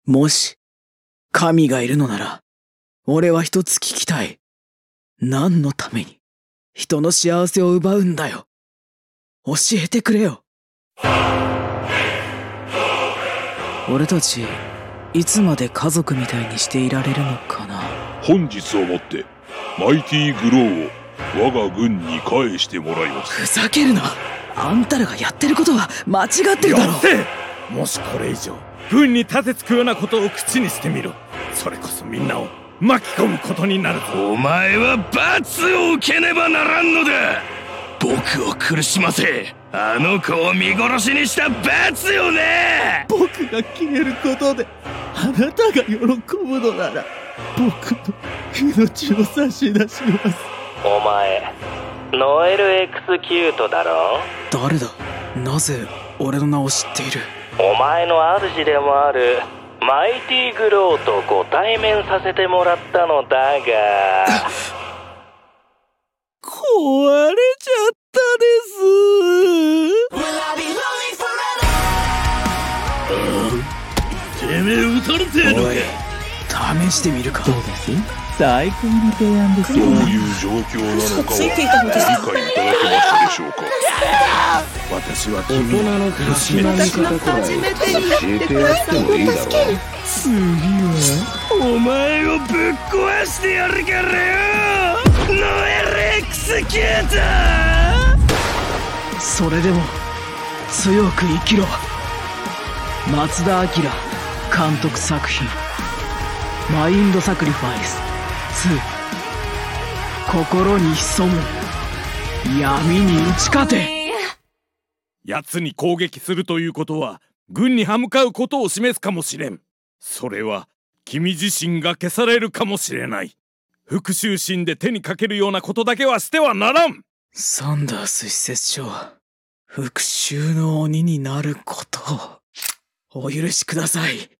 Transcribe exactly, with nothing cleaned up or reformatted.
もし、神がいるのなら、俺は一つ聞きたい。何のために、人の幸せを奪うんだよ。教えてくれよ。俺たち、いつまで家族みたいにしていられるのかな。 本日をもって、マイティグローを我が軍に返してもらいます。 ふざけるな。あんたらがやってることは間違ってるだろ。 よせ！もしこれ以上軍に立てつくようなことを口にしてみろ。それこそみんなを巻き込むことになるぞ。 お前は罰を受けねばならんのだ。僕を苦しませ、あの子を見殺しにした罰よね。 僕が消えることであなたが喜ぶのなら、僕の命を差し出します。 お前ノエル・エクスキュートだろ。 誰だ。なぜ俺の名を知っている。 お前の主でもあるマイティグローとご対面させてもらったのだが壊れちゃったです。 てめえ撃たれてえのか。 おい、試してみるか。 どうです？最高の提案ですよ。 どういう状況なのかは理解いただけましたでしょうか。 私は大人の苦しみ方くらい教えてやってもいいだろう。次はお前をぶっ壊してやるからよ、ノエルエクスキュート。 それでも強く生きろ。松田明監督作品「マインドサクリファイスツー」心に潜む闇に打ち勝て。 奴に攻撃するということは軍に歯向かうことを示すかもしれん。それは君自身が消されるかもしれない。復讐心で手にかけるようなことだけはしてはならん。 サンダース施設長、復讐の鬼になることをお許しください。